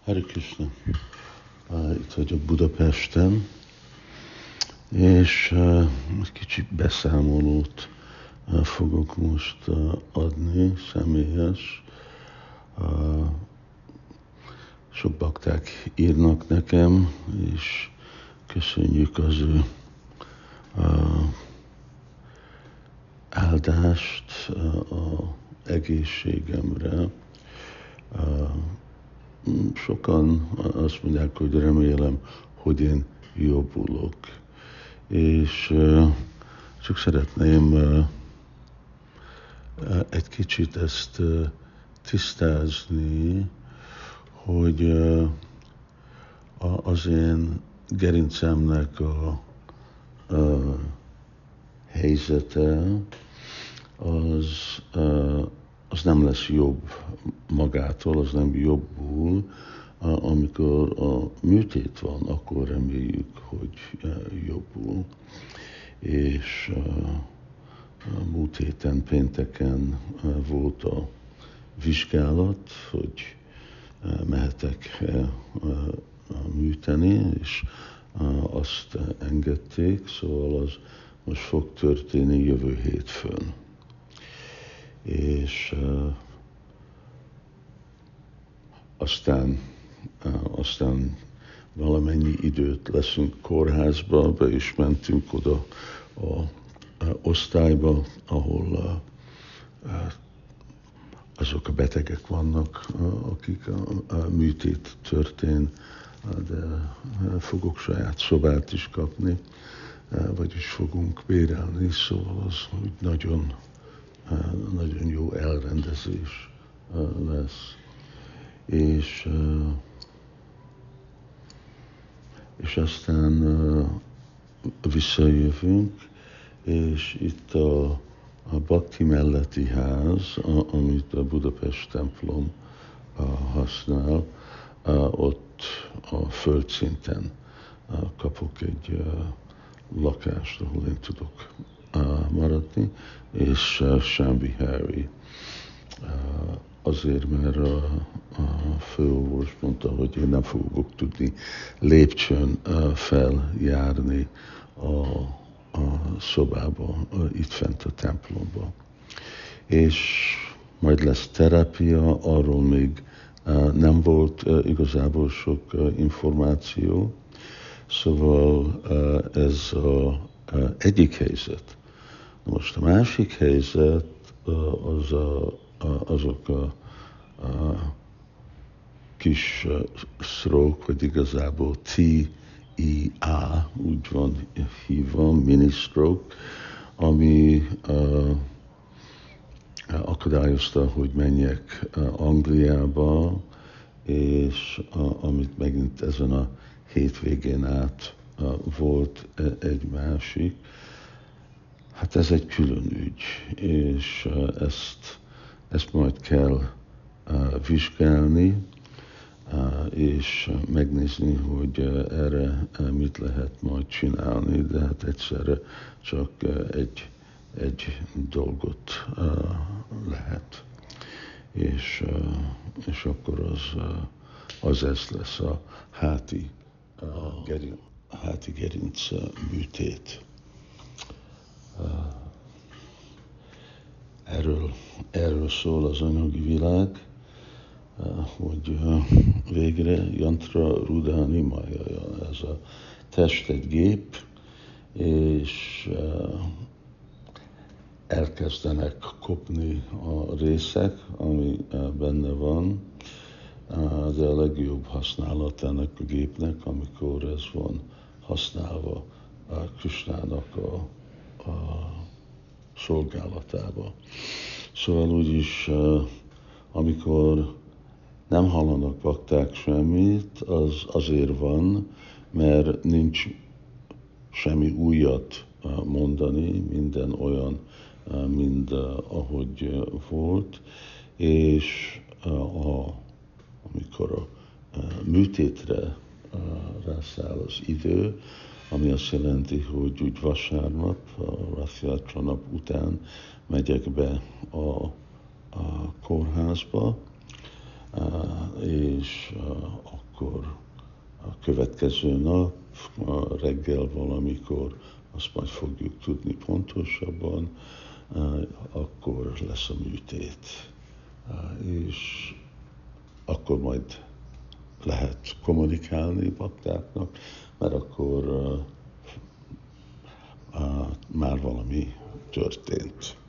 Hare Krishna. Itt vagyok Budapesten, és egy kicsi beszámolót fogok most adni, személyes. Sok bakták írnak nekem, és köszönjük az ő áldást az egészségemre. Sokan azt mondják, hogy remélem, hogy én jobbulok. És csak szeretném egy kicsit ezt tisztázni, hogy az én gerincemnek a helyzete az nem lesz jobb magától, az nem jobbul. Amikor a műtét van, akkor reméljük, hogy jobbul. És múlt héten, pénteken volt a vizsgálat, hogy mehetek műteni, és azt engedték, szóval az most fog történni jövő hétfőn. És aztán valamennyi időt leszünk kórházba, be is mentünk oda a osztályba, ahol azok a betegek vannak, akik a műtét történ, de fogok saját szobát is kapni, vagyis fogunk bérelni, szóval az úgy nagyon jó elrendezés lesz. És aztán visszajövünk, és itt a Bhakti melletti ház, amit a Budapest templom használ, ott a földszinten kapok egy lakást, ahol én tudok maradni, és Shambhari. Azért, mert a főorvos mondta, hogy én nem fogok tudni lépcsőn feljárni a szobába, itt fent a templomba. És majd lesz terápia, arról még nem volt igazából sok információ, szóval ez az egyik helyzet. Most a másik helyzet azok a kis stroke, vagy igazából TIA, úgy van hívva, mini stroke, ami akadályozta, hogy menjek Angliába, és amit megint ezen a hétvégén át volt egy másik. Hát ez egy külön ügy, és ezt majd kell vizsgálni, és megnézni, hogy erre mit lehet majd csinálni, de hát egyszerre csak egy dolgot lehet. És akkor az lesz a háti gerinc műtét. Erről szól az anyagi világ, hogy végre Yantra Rudani Maya, ez a test egy gép, és elkezdenek kopni a részek, ami benne van, de a legjobb használat ennek a gépnek, amikor ez van használva Krisnának a szolgálatába. Szóval úgyis, amikor nem hallanak bakták semmit, az azért van, mert nincs semmi újat mondani, minden olyan, mint ahogy volt, és amikor a műtétre rászáll az idő, ami azt jelenti, hogy úgy vasárnap, a Rathjatra nap után megyek be a kórházba, és akkor a következő nap reggel valamikor, azt majd fogjuk tudni pontosabban, akkor lesz a műtét. És akkor majd lehet kommunikálni baktáknak, mert akkor már valami történt.